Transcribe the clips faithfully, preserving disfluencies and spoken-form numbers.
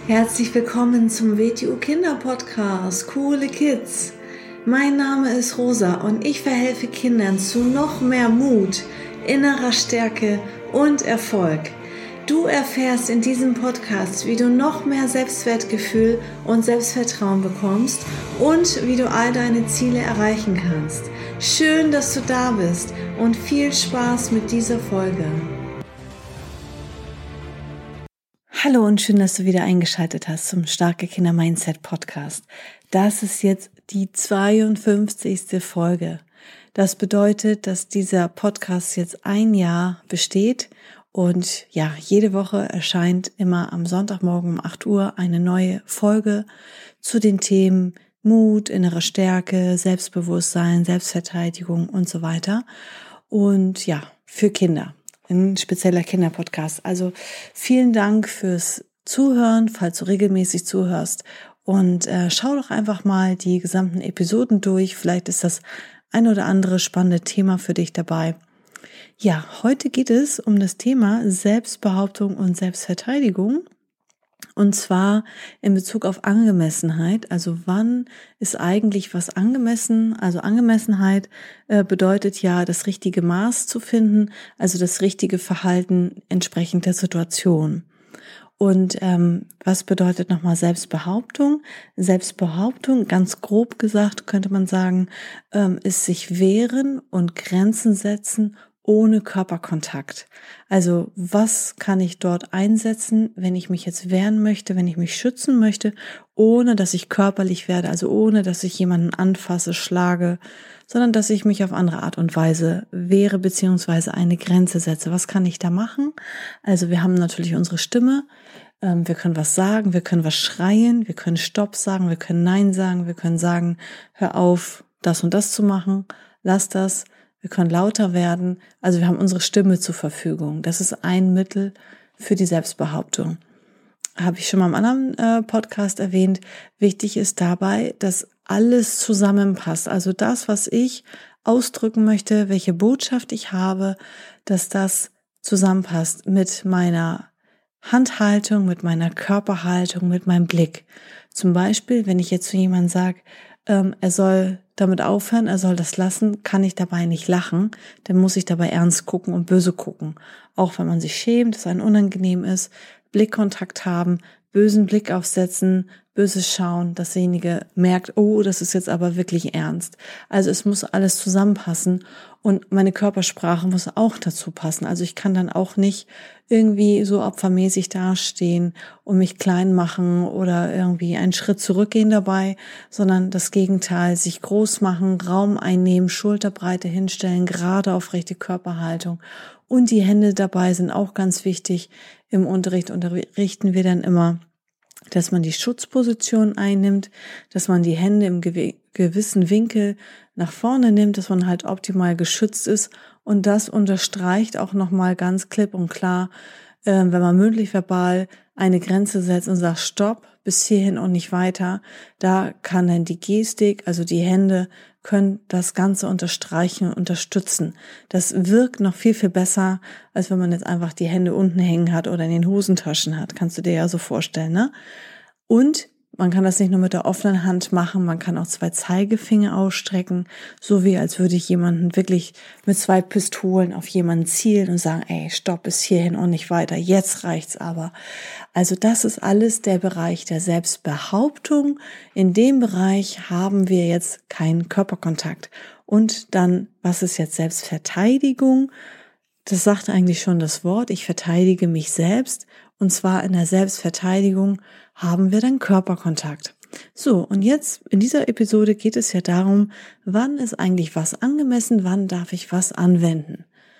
Herzlich willkommen zum W T U Kinder Podcast, Coole Kids. Mein Name ist Rosa und ich verhelfe Kindern zu noch mehr Mut, innerer Stärke und Erfolg. Du erfährst in diesem Podcast, wie du noch mehr Selbstwertgefühl und Selbstvertrauen bekommst und wie du all deine Ziele erreichen kannst. Schön, dass du da bist und viel Spaß mit dieser Folge. Hallo und schön, dass du wieder eingeschaltet hast zum Starke Kinder Mindset Podcast. Das ist jetzt die zweiundfünfzigste Folge. Das bedeutet, dass dieser Podcast jetzt ein Jahr besteht und ja, jede Woche erscheint immer am Sonntagmorgen um acht Uhr eine neue Folge zu den Themen Mut, innere Stärke, Selbstbewusstsein, Selbstverteidigung und so weiter. Und ja, für Kinder. Ein spezieller Kinderpodcast. Also vielen Dank fürs Zuhören, falls du regelmäßig zuhörst. Und äh, schau doch einfach mal die gesamten Episoden durch. Vielleicht ist das ein oder andere spannende Thema für dich dabei. Ja, heute geht es um das Thema Selbstbehauptung und Selbstverteidigung. Und zwar in Bezug auf Angemessenheit. Also wann ist eigentlich was angemessen? Also Angemessenheit äh, bedeutet ja, das richtige Maß zu finden, also das richtige Verhalten entsprechend der Situation. Und ähm, was bedeutet nochmal Selbstbehauptung? Selbstbehauptung, ganz grob gesagt, könnte man sagen, ähm, ist sich wehren und Grenzen setzen ohne Körperkontakt. Also was kann ich dort einsetzen, wenn ich mich jetzt wehren möchte, wenn ich mich schützen möchte, ohne dass ich körperlich werde, also ohne dass ich jemanden anfasse, schlage, sondern dass ich mich auf andere Art und Weise wehre beziehungsweise eine Grenze setze. Was kann ich da machen? Also wir haben natürlich unsere Stimme, ähm, wir können was sagen, wir können was schreien, wir können Stopp sagen, wir können Nein sagen, wir können sagen, hör auf, das und das zu machen, lass das. Wir können lauter werden, also wir haben unsere Stimme zur Verfügung. Das ist ein Mittel für die Selbstbehauptung. Habe ich schon mal im anderen äh, Podcast erwähnt. Wichtig ist dabei, dass alles zusammenpasst. Also das, was ich ausdrücken möchte, welche Botschaft ich habe, dass das zusammenpasst mit meiner Handhaltung, mit meiner Körperhaltung, mit meinem Blick. Zum Beispiel, wenn ich jetzt zu jemandem sage, ähm, er soll damit aufhören, er soll das lassen, kann ich dabei nicht lachen, dann muss ich dabei ernst gucken und böse gucken. Auch wenn man sich schämt, es einem unangenehm ist, Blickkontakt haben, bösen Blick aufsetzen, böses schauen, dass derjenige merkt, oh, das ist jetzt aber wirklich ernst. Also es muss alles zusammenpassen und meine Körpersprache muss auch dazu passen. Also ich kann dann auch nicht irgendwie so opfermäßig dastehen und mich klein machen oder irgendwie einen Schritt zurückgehen dabei, sondern das Gegenteil, sich groß machen, Raum einnehmen, Schulterbreite hinstellen, gerade aufrechte Körperhaltung. Und die Hände dabei sind auch ganz wichtig. Im Unterricht unterrichten wir dann immer, dass man die Schutzposition einnimmt, dass man die Hände im gewissen Winkel nach vorne nimmt, dass man halt optimal geschützt ist. Und das unterstreicht auch nochmal ganz klipp und klar, äh, wenn man mündlich verbal eine Grenze setzt und sagt, stopp, bis hierhin und nicht weiter, da kann dann die Gestik, also die Hände, können das Ganze unterstreichen und unterstützen. Das wirkt noch viel, viel besser, als wenn man jetzt einfach die Hände unten hängen hat oder in den Hosentaschen hat. Kannst du dir ja so vorstellen, ne? Und man kann das nicht nur mit der offenen Hand machen, man kann auch zwei Zeigefinger ausstrecken, so wie als würde ich jemanden wirklich mit zwei Pistolen auf jemanden zielen und sagen, ey, stopp, bis hierhin und nicht weiter, jetzt reicht's aber. Also das ist alles der Bereich der Selbstbehauptung. In dem Bereich haben wir jetzt keinen Körperkontakt. Und dann, was ist jetzt Selbstverteidigung? Das sagt eigentlich schon das Wort, ich verteidige mich selbst. Und zwar in der Selbstverteidigung haben wir dann Körperkontakt. So, und jetzt in dieser Episode geht es ja darum, wann ist eigentlich was angemessen, wann darf ich was anwenden.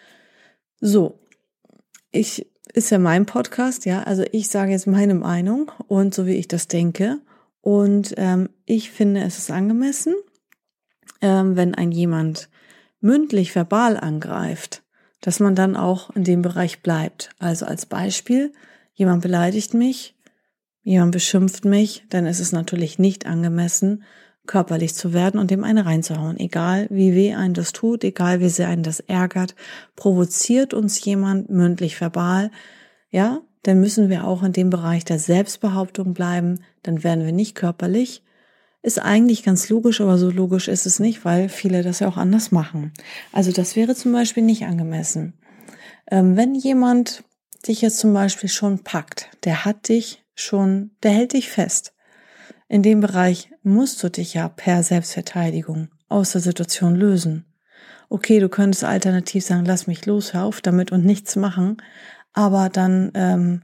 So, ich ist ja mein Podcast, ja, also ich sage jetzt meine Meinung und so wie ich das denke. Und ähm, ich finde, es ist angemessen, ähm, wenn ein jemand mündlich verbal angreift, dass man dann auch in dem Bereich bleibt. Also als Beispiel, jemand beleidigt mich, jemand beschimpft mich, dann ist es natürlich nicht angemessen, körperlich zu werden und dem eine reinzuhauen. Egal wie weh einen das tut, egal wie sehr einen das ärgert, provoziert uns jemand mündlich verbal, ja, dann müssen wir auch in dem Bereich der Selbstbehauptung bleiben, dann werden wir nicht körperlich. Ist eigentlich ganz logisch, aber so logisch ist es nicht, weil viele das ja auch anders machen. Also das wäre zum Beispiel nicht angemessen. Ähm, wenn jemand dich jetzt zum Beispiel schon packt, der hat dich schon, der hält dich fest. In dem Bereich musst du dich ja per Selbstverteidigung aus der Situation lösen. Okay, du könntest alternativ sagen, lass mich los, hör auf damit und nichts machen, aber dann ähm,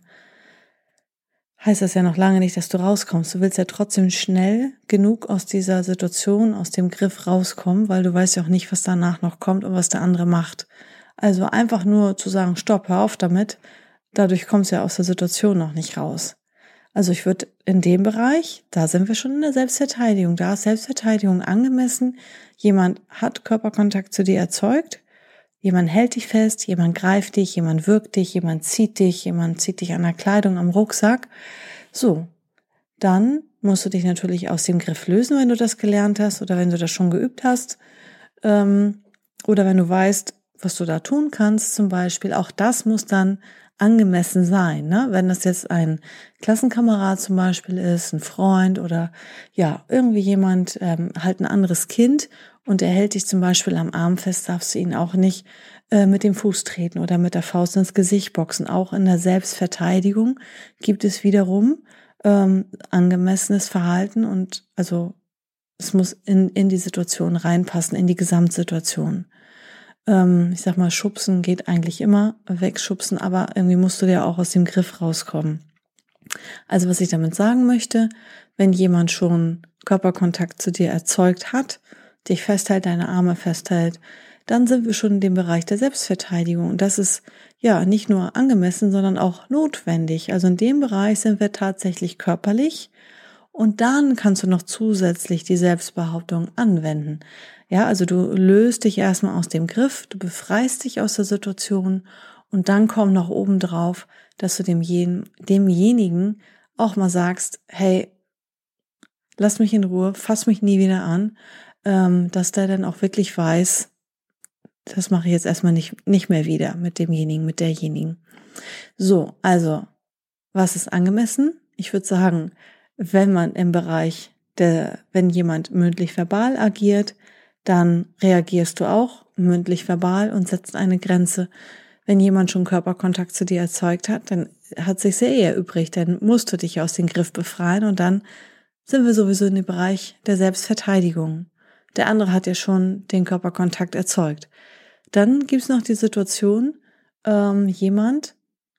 heißt das ja noch lange nicht, dass du rauskommst. Du willst ja trotzdem schnell genug aus dieser Situation, aus dem Griff rauskommen, weil du weißt ja auch nicht, was danach noch kommt und was der andere macht. Also einfach nur zu sagen, stopp, hör auf damit, dadurch kommst du ja aus der Situation noch nicht raus. Also ich würde in dem Bereich, da sind wir schon in der Selbstverteidigung, da ist Selbstverteidigung angemessen. Jemand hat Körperkontakt zu dir erzeugt, jemand hält dich fest, jemand greift dich, jemand wirkt dich, jemand zieht dich, jemand zieht dich an der Kleidung, am Rucksack. So, dann musst du dich natürlich aus dem Griff lösen, wenn du das gelernt hast oder wenn du das schon geübt hast. Ähm, oder wenn du weißt, was du da tun kannst zum Beispiel. Auch das muss dann angemessen sein, ne? Wenn das jetzt ein Klassenkamerad zum Beispiel ist, ein Freund oder ja, irgendwie jemand, ähm, halt ein anderes Kind und er hält dich zum Beispiel am Arm fest, darfst du ihn auch nicht äh, mit dem Fuß treten oder mit der Faust ins Gesicht boxen. Auch in der Selbstverteidigung gibt es wiederum ähm, angemessenes Verhalten und also es muss in, in die Situation reinpassen, in die Gesamtsituation. Ich sag mal, schubsen geht eigentlich immer, wegschubsen, aber irgendwie musst du ja auch aus dem Griff rauskommen. Also was ich damit sagen möchte, wenn jemand schon Körperkontakt zu dir erzeugt hat, dich festhält, deine Arme festhält, dann sind wir schon in dem Bereich der Selbstverteidigung. Und das ist ja nicht nur angemessen, sondern auch notwendig. Also in dem Bereich sind wir tatsächlich körperlich. Und dann kannst du noch zusätzlich die Selbstbehauptung anwenden. Ja, also du löst dich erstmal aus dem Griff, du befreist dich aus der Situation und dann kommt noch oben drauf, dass du dem, demjenigen auch mal sagst, hey, lass mich in Ruhe, fass mich nie wieder an, ähm, dass der dann auch wirklich weiß, das mache ich jetzt erstmal nicht, nicht mehr wieder mit demjenigen, mit derjenigen. So, also, was ist angemessen? Ich würde sagen, wenn man im Bereich der, wenn jemand mündlich-verbal agiert, dann reagierst du auch mündlich-verbal und setzt eine Grenze. Wenn jemand schon Körperkontakt zu dir erzeugt hat, dann hat sich sehr eher übrig, dann musst du dich aus dem Griff befreien und dann sind wir sowieso in dem Bereich der Selbstverteidigung. Der andere hat ja schon den Körperkontakt erzeugt. Dann gibt's noch die Situation, ähm, jemand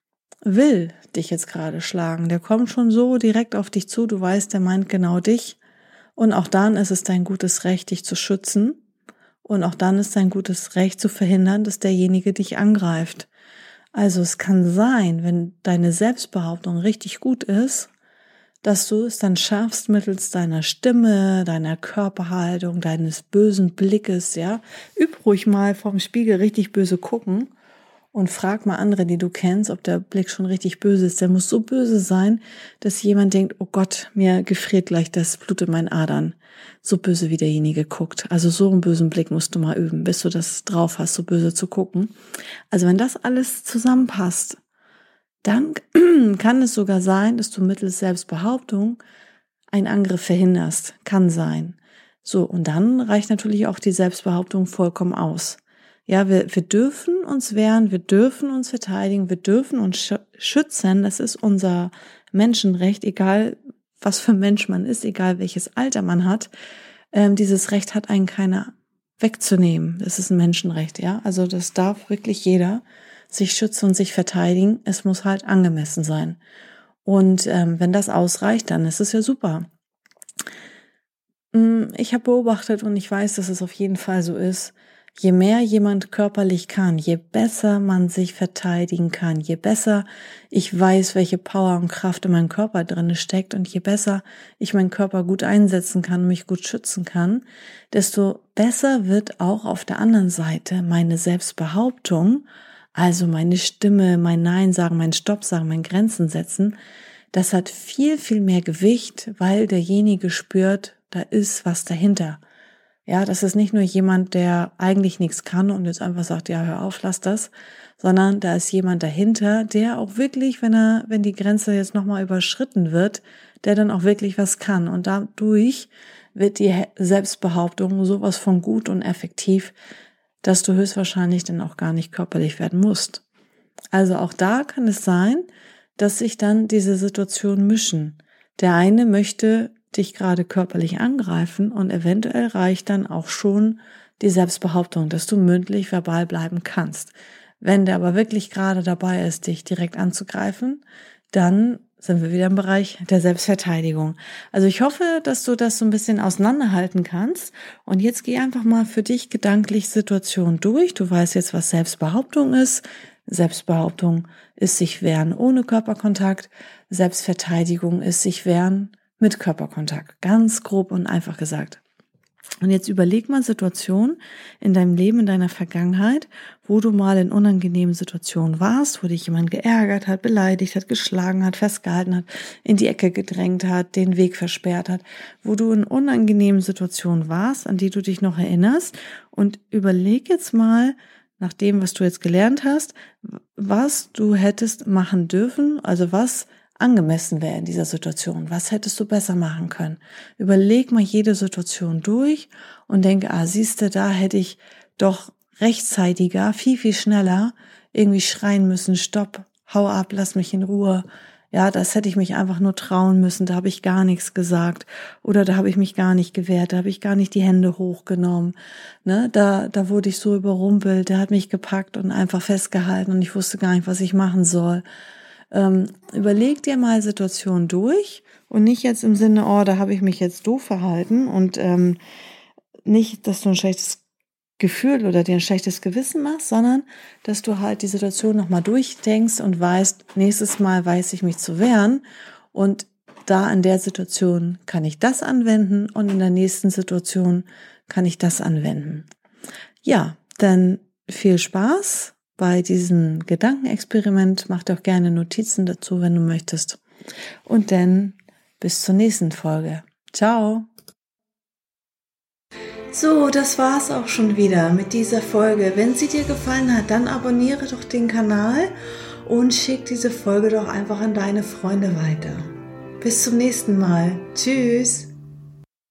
will dich jetzt gerade schlagen. Der kommt schon so direkt auf dich zu, du weißt, der meint genau dich. Und auch dann ist es dein gutes Recht, dich zu schützen. Und auch dann ist dein gutes Recht zu verhindern, dass derjenige dich angreift. Also es kann sein, wenn deine Selbstbehauptung richtig gut ist, dass du es dann schaffst, mittels deiner Stimme, deiner Körperhaltung, deines bösen Blickes, ja, üb ruhig mal vorm Spiegel richtig böse gucken und frag mal andere, die du kennst, ob der Blick schon richtig böse ist. Der muss so böse sein, dass jemand denkt, oh Gott, mir gefriert gleich das Blut in meinen Adern. So böse, wie derjenige guckt. Also so einen bösen Blick musst du mal üben, bis du das drauf hast, so böse zu gucken. Also wenn das alles zusammenpasst, dann kann es sogar sein, dass du mittels Selbstbehauptung einen Angriff verhinderst. Kann sein. So, und dann reicht natürlich auch die Selbstbehauptung vollkommen aus. Ja, wir, wir dürfen uns wehren, wir dürfen uns verteidigen, wir dürfen uns schützen. Das ist unser Menschenrecht, egal was für ein Mensch man ist, egal welches Alter man hat. Ähm, dieses Recht hat einen keiner wegzunehmen. Das ist ein Menschenrecht, ja. Also das darf wirklich jeder sich schützen und sich verteidigen. Es muss halt angemessen sein. Und ähm, wenn das ausreicht, dann ist es ja super. Ich habe beobachtet und ich weiß, dass es auf jeden Fall so ist, je mehr jemand körperlich kann, je besser man sich verteidigen kann, je besser ich weiß, welche Power und Kraft in meinem Körper drin steckt und je besser ich meinen Körper gut einsetzen kann, mich gut schützen kann, desto besser wird auch auf der anderen Seite meine Selbstbehauptung, also meine Stimme, mein Nein sagen, mein Stopp sagen, mein Grenzen setzen. Das hat viel, viel mehr Gewicht, weil derjenige spürt, da ist was dahinter. Ja, das ist nicht nur jemand, der eigentlich nichts kann und jetzt einfach sagt, ja, hör auf, lass das, sondern da ist jemand dahinter, der auch wirklich, wenn er, wenn die Grenze jetzt nochmal überschritten wird, der dann auch wirklich was kann. Und dadurch wird die Selbstbehauptung sowas von gut und effektiv, dass du höchstwahrscheinlich dann auch gar nicht körperlich werden musst. Also auch da kann es sein, dass sich dann diese Situationen mischen. Der eine möchte dich gerade körperlich angreifen und eventuell reicht dann auch schon die Selbstbehauptung, dass du mündlich verbal bleiben kannst. Wenn der aber wirklich gerade dabei ist, dich direkt anzugreifen, dann sind wir wieder im Bereich der Selbstverteidigung. Also ich hoffe, dass du das so ein bisschen auseinanderhalten kannst. Und jetzt geh einfach mal für dich gedanklich Situationen durch. Du weißt jetzt, was Selbstbehauptung ist. Selbstbehauptung ist sich wehren ohne Körperkontakt. Selbstverteidigung ist sich wehren mit Körperkontakt. Ganz grob und einfach gesagt. Und jetzt überleg mal Situationen in deinem Leben, in deiner Vergangenheit, wo du mal in unangenehmen Situationen warst, wo dich jemand geärgert hat, beleidigt hat, geschlagen hat, festgehalten hat, in die Ecke gedrängt hat, den Weg versperrt hat, wo du in unangenehmen Situationen warst, an die du dich noch erinnerst, und überleg jetzt mal, nach dem, was du jetzt gelernt hast, was du hättest machen dürfen, also was angemessen wäre in dieser Situation. Was hättest du besser machen können? Überleg mal jede Situation durch und denke, ah, siehste, da hätte ich doch rechtzeitiger, viel, viel schneller irgendwie schreien müssen, stopp, hau ab, lass mich in Ruhe. Ja, das hätte ich mich einfach nur trauen müssen, da habe ich gar nichts gesagt oder da habe ich mich gar nicht gewehrt, da habe ich gar nicht die Hände hochgenommen. Ne, da, da wurde ich so überrumpelt, der hat mich gepackt und einfach festgehalten und ich wusste gar nicht, was ich machen soll. Ähm, überleg dir mal Situationen durch und nicht jetzt im Sinne, oh, da habe ich mich jetzt doof verhalten und ähm, nicht, dass du ein schlechtes Gefühl oder dir ein schlechtes Gewissen machst, sondern dass du halt die Situation nochmal durchdenkst und weißt, nächstes Mal weiß ich mich zu wehren und da in der Situation kann ich das anwenden und in der nächsten Situation kann ich das anwenden. Ja, dann viel Spaß bei diesem Gedankenexperiment. Mach doch gerne Notizen dazu, wenn du möchtest. Und dann bis zur nächsten Folge. Ciao! So, das war's auch schon wieder mit dieser Folge. Wenn sie dir gefallen hat, dann abonniere doch den Kanal und schick diese Folge doch einfach an deine Freunde weiter. Bis zum nächsten Mal. Tschüss!